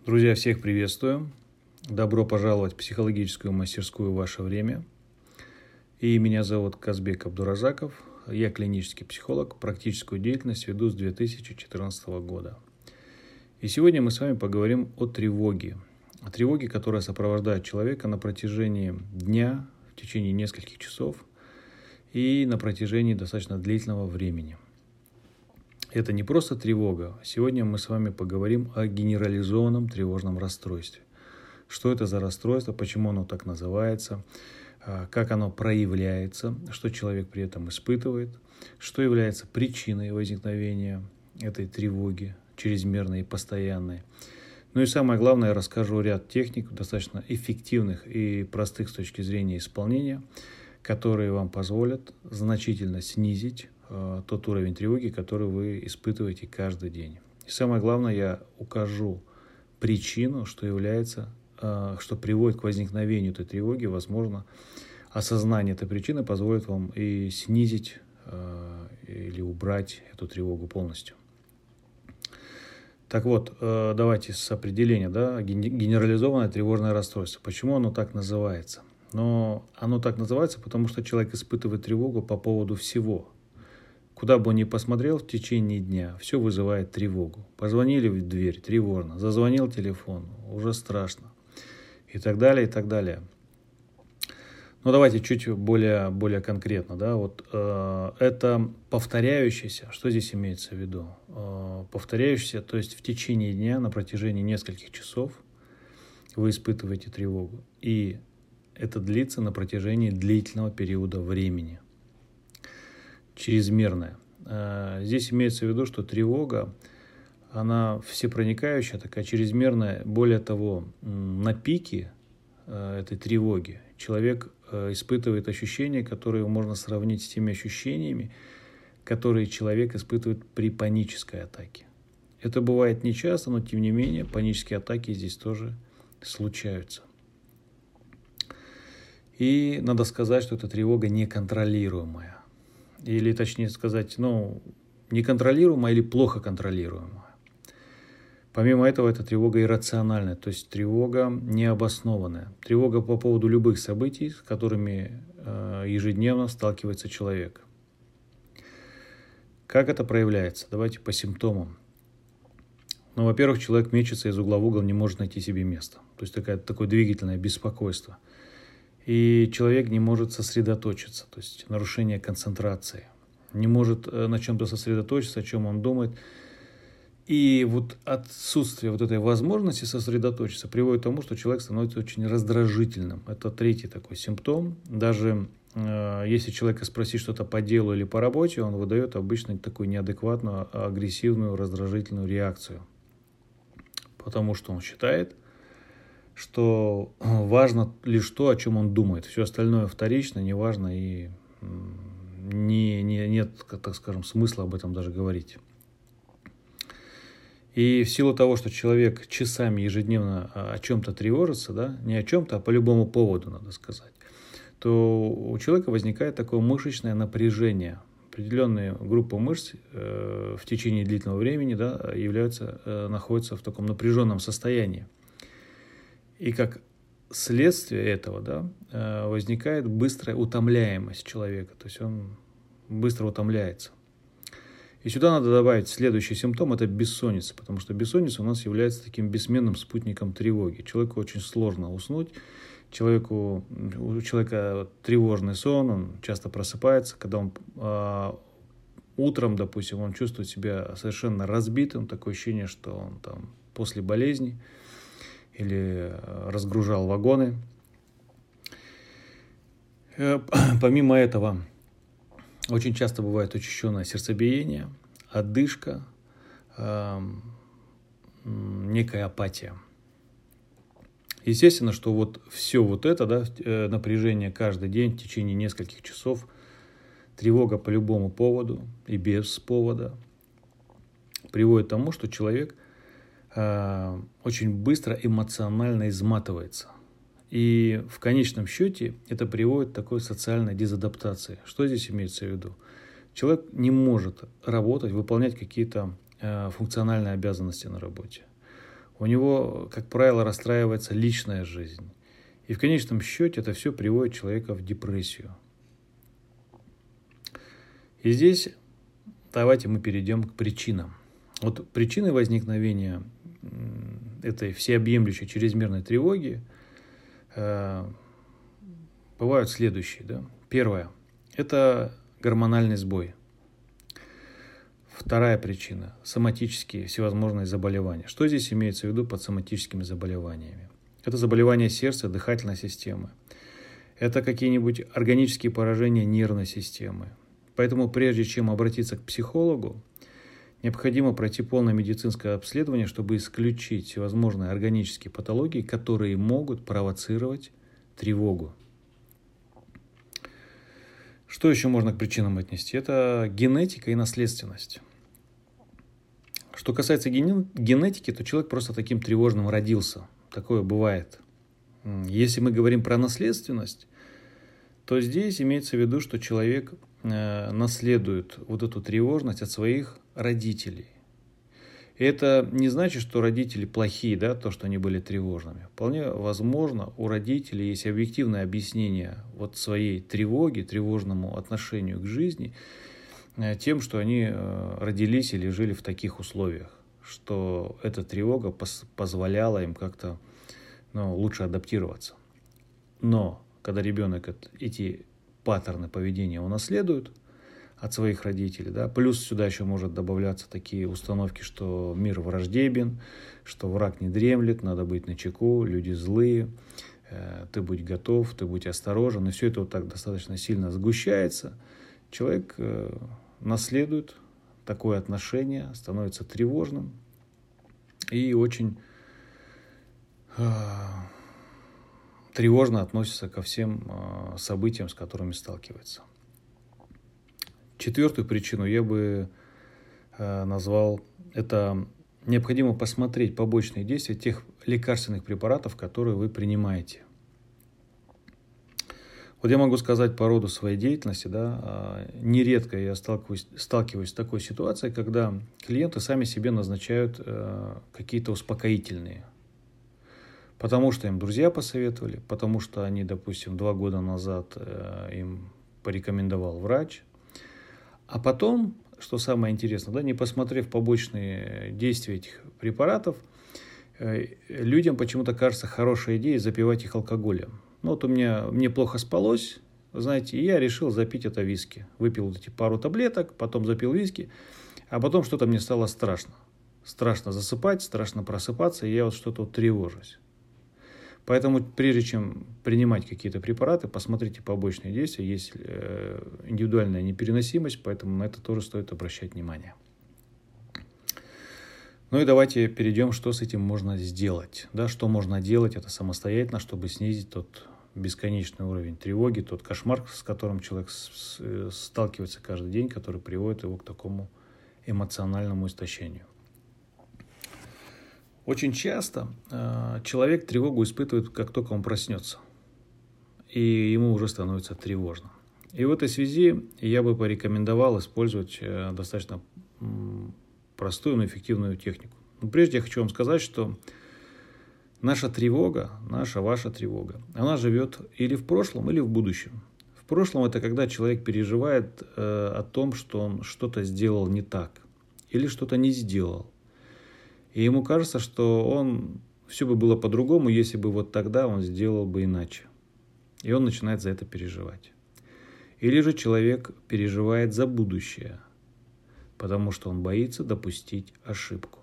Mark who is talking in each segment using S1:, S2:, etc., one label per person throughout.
S1: Друзья, всех приветствую. Добро пожаловать в психологическую мастерскую «Ваше время». И меня зовут Казбек Абдуразаков. Я клинический психолог, практическую деятельность веду с 2014 года. И сегодня мы с вами поговорим о тревоге. О тревоге, которая сопровождает человека на протяжении дня, в течение нескольких часов и на протяжении достаточно длительного времени. Это не просто тревога. Сегодня мы с вами поговорим о генерализованном тревожном расстройстве. Что это за расстройство, почему оно так называется, как оно проявляется, что человек при этом испытывает, что является причиной возникновения этой тревоги, чрезмерной и постоянной. Ну и самое главное, я расскажу ряд техник, достаточно эффективных и простых с точки зрения исполнения, которые вам позволят значительно снизить тот уровень тревоги, который вы испытываете каждый день. И самое главное, я укажу причину, что приводит к возникновению этой тревоги. Возможно, осознание этой причины позволит вам и снизить или убрать эту тревогу полностью. Так вот, давайте с определения, генерализованное тревожное расстройство. Почему оно так называется? Но оно так называется, потому что человек испытывает тревогу по поводу всего. Куда бы он ни посмотрел в течение дня, все вызывает тревогу. Позвонили в дверь, тревожно. Зазвонил телефон, уже страшно. И так далее, и так далее. Но давайте чуть более конкретно. Это повторяющееся, что здесь имеется в виду? Повторяющееся, то есть в течение дня, на протяжении нескольких часов вы испытываете тревогу. И это длится на протяжении длительного периода времени. Чрезмерная. Здесь имеется в виду, что тревога, она всепроникающая, такая чрезмерная. Более того, на пике этой тревоги человек испытывает ощущения, которые можно сравнить с теми ощущениями, которые человек испытывает при панической атаке. Это бывает нечасто, но тем не менее панические атаки здесь тоже случаются. И надо сказать, что эта тревога неконтролируемая. Или точнее сказать, неконтролируемая или плохо контролируемая. Помимо этого, это тревога иррациональная, то есть тревога необоснованная. Тревога по поводу любых событий, с которыми ежедневно сталкивается человек. Как это проявляется? Давайте по симптомам. Во-первых, человек мечется из угла в угол, не может найти себе места. То есть такое двигательное беспокойство. И человек не может сосредоточиться, то есть нарушение концентрации. Не может на чем-то сосредоточиться, о чем он думает. И отсутствие этой возможности сосредоточиться приводит к тому, что человек становится очень раздражительным. Это третий такой симптом. Даже если человека спросить что-то по делу или по работе, он выдает обычно такую неадекватную, агрессивную, раздражительную реакцию. Потому что он считает, что важно лишь то, о чем он думает. Все остальное вторично, неважно, и нет, так скажем, смысла об этом даже говорить. И в силу того, что человек часами ежедневно о чем-то тревожится, не о чем-то, а по любому поводу, надо сказать, то у человека возникает такое мышечное напряжение. Определенные группы мышц в течение длительного времени находятся в таком напряженном состоянии. И как следствие этого возникает быстрая утомляемость человека, то есть он быстро утомляется. И сюда надо добавить следующий симптом – это бессонница, потому что бессонница у нас является таким бессменным спутником тревоги. Человеку очень сложно уснуть, у человека тревожный сон, он часто просыпается, когда он утром, допустим, он чувствует себя совершенно разбитым, такое ощущение, что он там после болезни, или разгружал вагоны. Помимо этого, очень часто бывает учащенное сердцебиение, одышка, некая апатия. Естественно, что все это, напряжение каждый день в течение нескольких часов, тревога по любому поводу и без повода приводит к тому, что человек очень быстро эмоционально изматывается. И в конечном счете это приводит к такой социальной дезадаптации. Что здесь имеется в виду? Человек не может работать, выполнять какие-то функциональные обязанности на работе. у него, как правило, расстраивается личная жизнь. И в конечном счете это все приводит человека в депрессию. И здесь давайте мы перейдем к причинам. Вот причины возникновения этой всеобъемлющей чрезмерной тревоги бывают следующие. Да? Первое – это гормональный сбой. Вторая причина – соматические всевозможные заболевания. Что здесь имеется в виду под соматическими заболеваниями? Это заболевания сердца, дыхательной системы. Это какие-нибудь органические поражения нервной системы. Поэтому прежде чем обратиться к психологу, необходимо пройти полное медицинское обследование, чтобы исключить всевозможные органические патологии, которые могут провоцировать тревогу. Что еще можно к причинам отнести? Это генетика и наследственность. Что касается генетики, то человек просто таким тревожным родился. Такое бывает. Если мы говорим про наследственность, то здесь имеется в виду, что человек наследует вот эту тревожность от своих родителей. И это не значит, что родители плохие, да, то, что они были тревожными. Вполне возможно, у родителей есть объективное объяснение вот своей тревоги, тревожному отношению к жизни, тем, что они родились или жили в таких условиях, что эта тревога позволяла им как-то лучше адаптироваться. Но когда ребенок эти паттерны поведения унаследует от своих родителей, да, плюс сюда еще может добавляться такие установки, что мир враждебен, что враг не дремлет, надо быть начеку, люди злые, ты будь готов, ты будь осторожен, и все это вот так достаточно сильно сгущается, человек наследует такое отношение, становится тревожным и очень тревожно относится ко всем событиям, с которыми сталкивается. Четвертую причину я бы назвал, это необходимо посмотреть побочные действия тех лекарственных препаратов, которые вы принимаете. Вот я могу сказать по роду своей деятельности, да, нередко я сталкиваюсь с такой ситуацией, когда клиенты сами себе назначают какие-то успокоительные. Потому что им друзья посоветовали, потому что они, допустим, 2 года назад им порекомендовал врач. А потом, что самое интересное, да, не посмотрев побочные действия этих препаратов, людям почему-то кажется хорошей идеей запивать их алкоголем. Ну вот мне плохо спалось, знаете, и я решил запить это виски. Выпил вот эти пару таблеток, потом запил виски, а потом что-то мне стало страшно. Страшно засыпать, страшно просыпаться, и я вот что-то тревожусь. Поэтому прежде чем принимать какие-то препараты, посмотрите побочные действия, есть индивидуальная непереносимость, поэтому на это тоже стоит обращать внимание. Ну и давайте перейдем, что с этим можно сделать. Да, что можно делать это самостоятельно, чтобы снизить тот бесконечный уровень тревоги, тот кошмар, с которым человек сталкивается каждый день, который приводит его к такому эмоциональному истощению. Очень часто человек тревогу испытывает, как только он проснется, и ему уже становится тревожно. И в этой связи я бы порекомендовал использовать достаточно простую, но эффективную технику. Но прежде я хочу вам сказать, что наша тревога, ваша тревога, она живет или в прошлом, или в будущем. В прошлом это когда человек переживает о том, что он что-то сделал не так, или что-то не сделал. И ему кажется, что все бы было по-другому, если бы вот тогда он сделал бы иначе. И он начинает за это переживать. Или же человек переживает за будущее, потому что он боится допустить ошибку.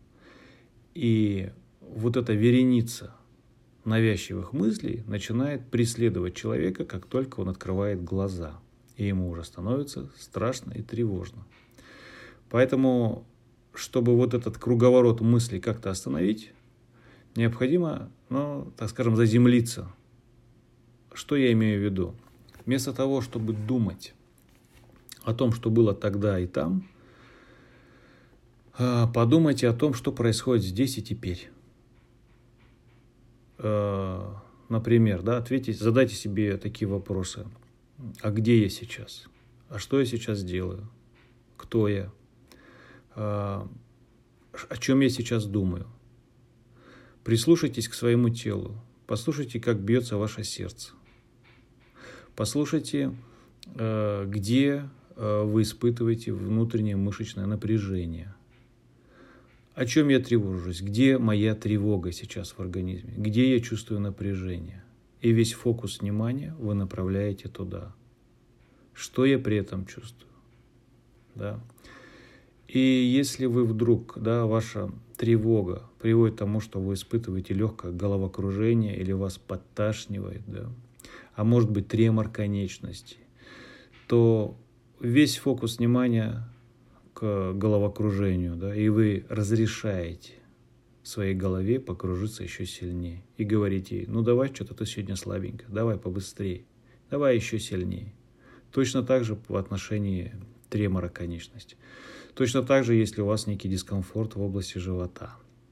S1: И вот эта вереница навязчивых мыслей начинает преследовать человека, как только он открывает глаза. И ему уже становится страшно и тревожно. Поэтому, чтобы вот этот круговорот мыслей как-то остановить, необходимо, так скажем, заземлиться. Что я имею в виду? Вместо того, чтобы думать о том, что было тогда и там, подумайте о том, что происходит здесь и теперь. Например, задайте себе такие вопросы. А где я сейчас? А что я сейчас делаю? Кто я? О чем я сейчас думаю? Прислушайтесь к своему телу. Послушайте, как бьется ваше сердце. Послушайте, где вы испытываете внутреннее мышечное напряжение. О чем я тревожусь? Где моя тревога сейчас в организме? Где я чувствую напряжение? И весь фокус внимания вы направляете туда. Что я при этом чувствую? Да. И если вы вдруг, ваша тревога приводит к тому, что вы испытываете легкое головокружение или вас подташнивает, а может быть тремор конечностей, то весь фокус внимания к головокружению, и вы разрешаете своей голове покружиться еще сильнее. И говорите ей: давай, что-то ты сегодня слабенько, давай побыстрее, давай еще сильнее. Точно так же в отношении тремора конечности. Точно так же, если у вас некий дискомфорт в области живота.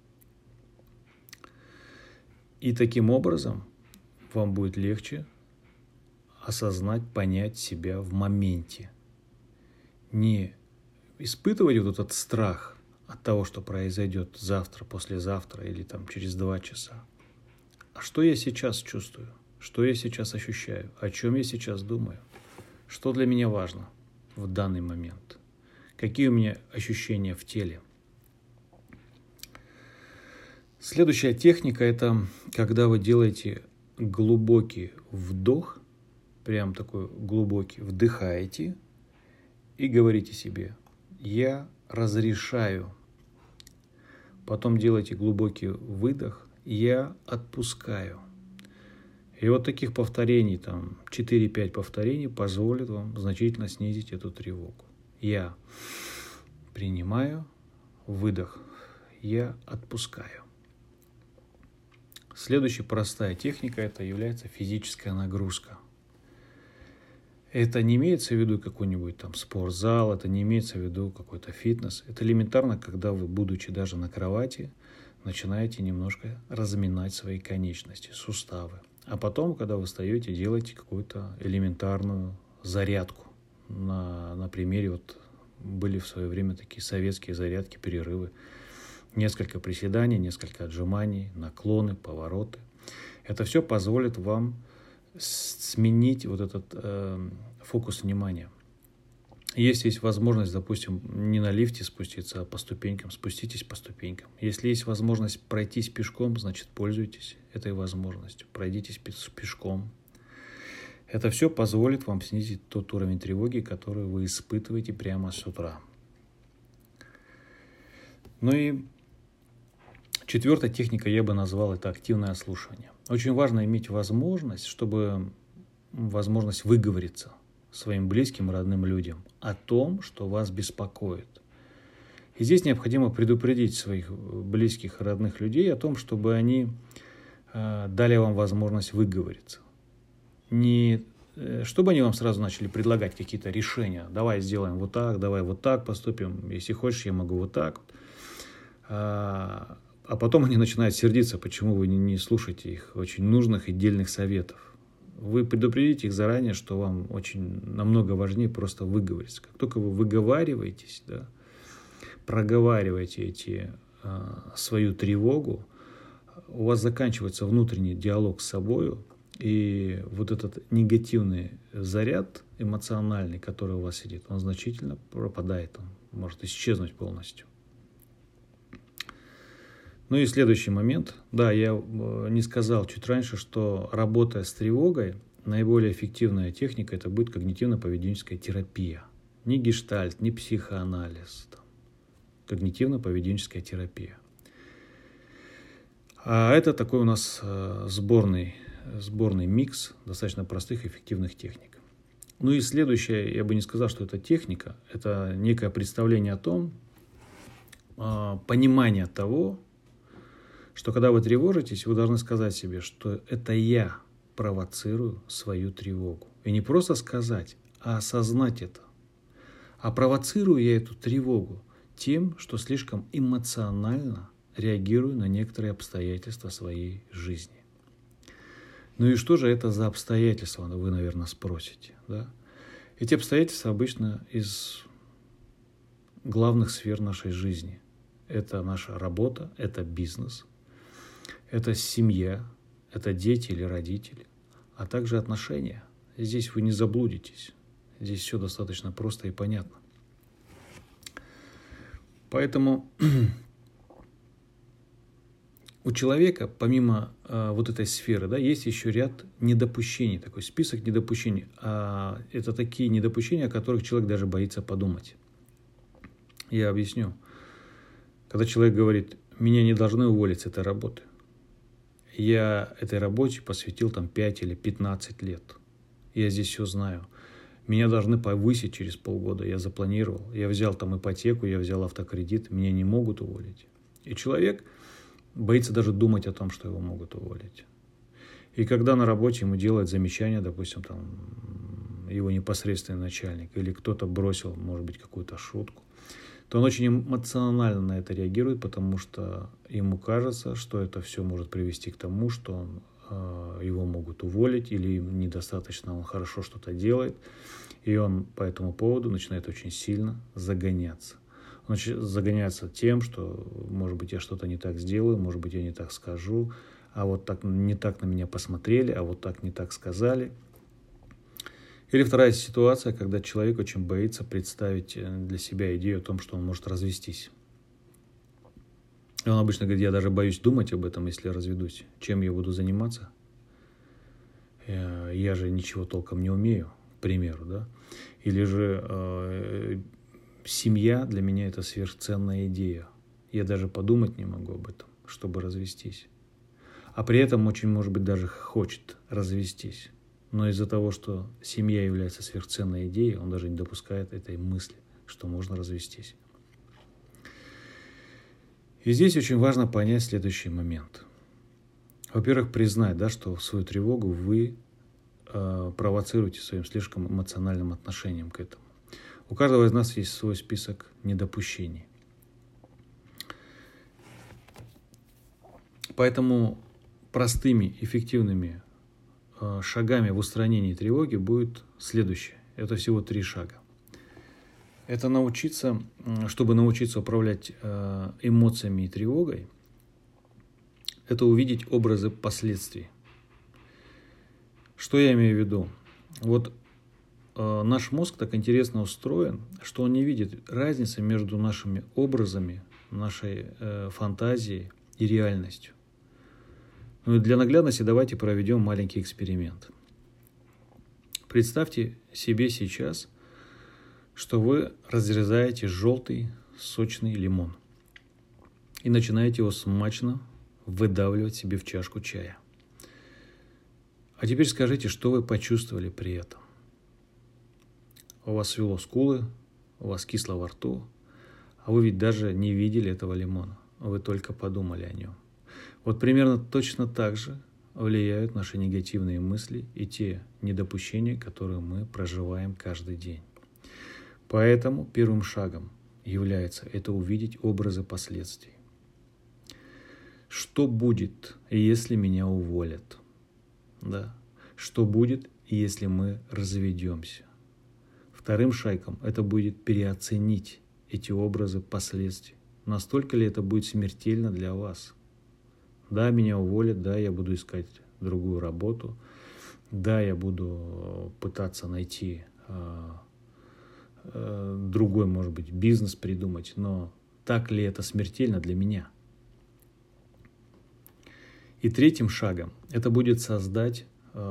S1: И таким образом вам будет легче осознать, понять себя в моменте. Не испытывать вот этот страх от того, что произойдет завтра, послезавтра или через 2 часа. А что я сейчас чувствую? Что я сейчас ощущаю? О чем я сейчас думаю? Что для меня важно в данный момент? Какие у меня ощущения в теле? Следующая техника – это когда вы делаете глубокий вдох, прям такой глубокий, вдыхаете и говорите себе: я разрешаю. Потом делайте глубокий выдох, я отпускаю. И вот таких повторений, 4-5 повторений позволит вам значительно снизить эту тревогу. Я принимаю, выдох, я отпускаю. Следующая простая техника – это является физическая нагрузка. Это не имеется в виду какой-нибудь спортзал, это не имеется в виду какой-то фитнес. Это элементарно, когда вы, будучи даже на кровати, начинаете немножко разминать свои конечности, суставы. А потом, когда вы встаете, делаете какую-то элементарную зарядку. На примере были в свое время такие советские зарядки, перерывы. Несколько приседаний, несколько отжиманий, наклоны, повороты. Это все позволит вам сменить этот фокус внимания. Если есть возможность, допустим, не на лифте спуститься, а по ступенькам, спуститесь по ступенькам. Если есть возможность пройтись пешком, значит, пользуйтесь этой возможностью. Пройдитесь пешком. Это все позволит вам снизить тот уровень тревоги, который вы испытываете прямо с утра. И четвертая техника я бы назвал это активное слушание. Очень важно иметь возможность выговориться своим близким и родным людям о том, что вас беспокоит. И здесь необходимо предупредить своих близких и родных людей о том, чтобы они дали вам возможность выговориться. Не чтобы они вам сразу начали предлагать какие-то решения. Давай сделаем вот так, давай вот так поступим. Если хочешь, я могу вот так. А потом они начинают сердиться, почему вы не слушаете их очень нужных и дельных советов. Вы предупредите их заранее, что вам очень намного важнее просто выговориться. Как только вы выговариваетесь, проговариваете свою тревогу, у вас заканчивается внутренний диалог с собой, и вот этот негативный заряд эмоциональный, который у вас сидит, он значительно пропадает, он может исчезнуть полностью. И следующий момент. Я не сказал чуть раньше, что работая с тревогой, наиболее эффективная техника – это будет когнитивно-поведенческая терапия. Не гештальт, не психоанализ. Когнитивно-поведенческая терапия. А это такой у нас сборный микс достаточно простых и эффективных техник. И следующее, я бы не сказал, что это техника, это некое представление о том, понимание того, что когда вы тревожитесь, вы должны сказать себе, что это я провоцирую свою тревогу. И не просто сказать, а осознать это. А провоцирую я эту тревогу тем, что слишком эмоционально реагирую на некоторые обстоятельства своей жизни. И что же это за обстоятельства, вы, наверное, спросите. Эти обстоятельства обычно из главных сфер нашей жизни. Это наша работа, это бизнес, Это семья, это дети или родители, а также отношения. Здесь вы не заблудитесь. Здесь все достаточно просто и понятно. Поэтому у человека, помимо вот этой сферы, да, есть еще ряд недопущений, такой список недопущений. Это такие недопущения, о которых человек даже боится подумать. Я объясню. Когда человек говорит, меня не должны уволить с этой работы, я этой работе посвятил там 5 или 15 лет, я здесь все знаю, меня должны повысить через полгода, я запланировал, я взял там ипотеку, я взял автокредит, меня не могут уволить. И человек боится даже думать о том, что его могут уволить. И когда на работе ему делают замечания, допустим, там его непосредственный начальник или кто-то бросил, может быть, какую-то шутку, то он очень эмоционально на это реагирует, потому что ему кажется, что это все может привести к тому, что его могут уволить или недостаточно он хорошо что-то делает, и он по этому поводу начинает очень сильно загоняться. Он загоняется тем, что, может быть, я что-то не так сделаю, может быть, я не так скажу, а вот так не так на меня посмотрели, а вот так не так сказали. Или вторая ситуация, когда человек очень боится представить для себя идею о том, что он может развестись. И он обычно говорит, я даже боюсь думать об этом, если я разведусь. Чем я буду заниматься? Я же ничего толком не умею, к примеру, да? Или же семья для меня это сверхценная идея. Я даже подумать не могу об этом, чтобы развестись. А при этом очень, может быть, даже хочет развестись. Но из-за того, что семья является сверхценной идеей, он даже не допускает этой мысли, что можно развестись. И здесь очень важно понять следующий момент. Во-первых, признать, да, что свою тревогу вы провоцируете своим слишком эмоциональным отношением к этому. У каждого из нас есть свой список недопущений. Поэтому простыми, эффективными шагами в устранении тревоги будет следующее. Это всего 3 шага. Это научиться, чтобы научиться управлять эмоциями и тревогой, это увидеть образы последствий. Что я имею в виду? Вот наш мозг так интересно устроен, что он не видит разницы между нашими образами, нашей фантазией и реальностью. Ну и для наглядности давайте проведем маленький эксперимент. Представьте себе сейчас, что вы разрезаете желтый сочный лимон и начинаете его смачно выдавливать себе в чашку чая. А теперь скажите, что вы почувствовали при этом. У вас свело скулы, у вас кисло во рту, а вы ведь даже не видели этого лимона, вы только подумали о нем. Вот примерно точно так же влияют наши негативные мысли и те недопущения, которые мы проживаем каждый день. Поэтому первым шагом является это увидеть образы последствий. Что будет, если меня уволят? Да. Что будет, если мы разведемся? Вторым шагом это будет переоценить эти образы последствий. Настолько ли это будет смертельно для вас? Да, меня уволят, да, я буду искать другую работу, да, я буду пытаться найти другой, может быть, бизнес придумать, но так ли это смертельно для меня? И третьим шагом это будет создать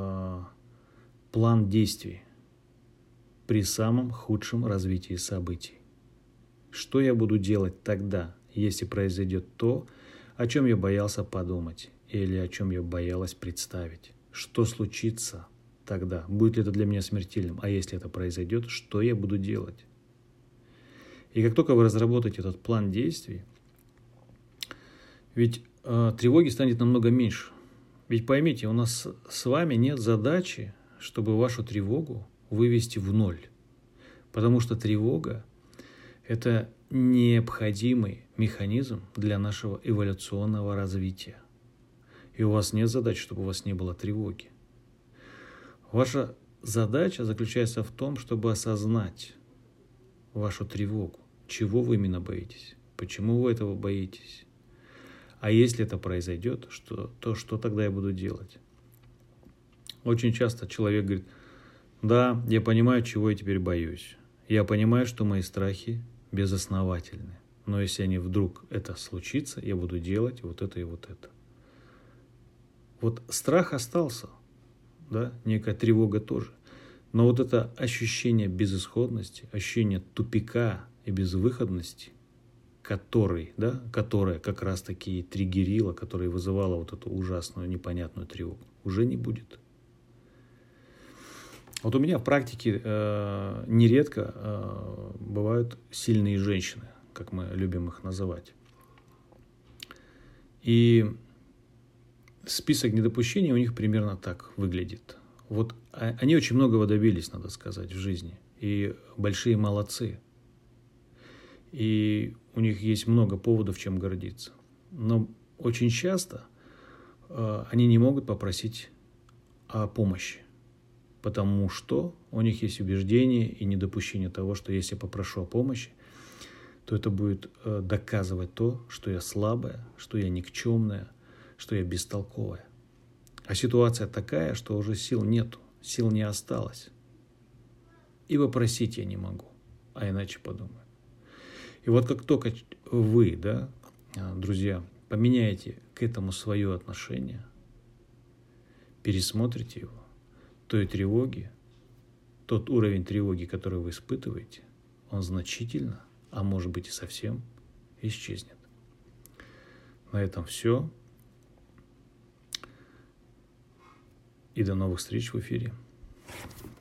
S1: план действий при самом худшем развитии событий. Что я буду делать тогда, если произойдет то, о чем я боялся подумать или о чем я боялась представить? Что случится тогда? Будет ли это для меня смертельным? А если это произойдет, что я буду делать? И как только вы разработаете этот план действий, ведь тревоги станет намного меньше. Ведь поймите, у нас с вами нет задачи, чтобы вашу тревогу вывести в ноль. Потому что тревога – это необходимый механизм для нашего эволюционного развития. И у вас нет задачи, чтобы у вас не было тревоги. Ваша задача заключается в том, чтобы осознать вашу тревогу. Чего вы именно боитесь? Почему вы этого боитесь? А если это произойдет, то что тогда я буду делать? Очень часто человек говорит: да, я понимаю, чего я теперь боюсь. Я понимаю, что мои страхи безосновательны. Но если они вдруг это случится, я буду делать вот это и вот это. Вот страх остался, да, некая тревога тоже. Но вот это ощущение безысходности, ощущение тупика и безвыходности, которое как раз-таки триггерило, которое вызывало вот эту ужасную, непонятную тревогу, уже не будет. Вот у меня в практике нередко бывают сильные женщины, как мы любим их называть. И список недопущений у них примерно так выглядит. Вот они очень многого добились, надо сказать, в жизни. И большие молодцы. И у них есть много поводов, чем гордиться. Но очень часто они не могут попросить о помощи. Потому что у них есть убеждение и недопущение того, что если я попрошу о помощи, то это будет доказывать то, что я слабая, что я никчемная, что я бестолковая. А ситуация такая, что уже сил нету, сил не осталось. И попросить я не могу, а иначе подумаю. И вот как только вы, друзья, поменяете к этому свое отношение, пересмотрите его, той тревоги, тот уровень тревоги, который вы испытываете, он значительно, а может быть и совсем исчезнет. На этом все. И до новых встреч в эфире.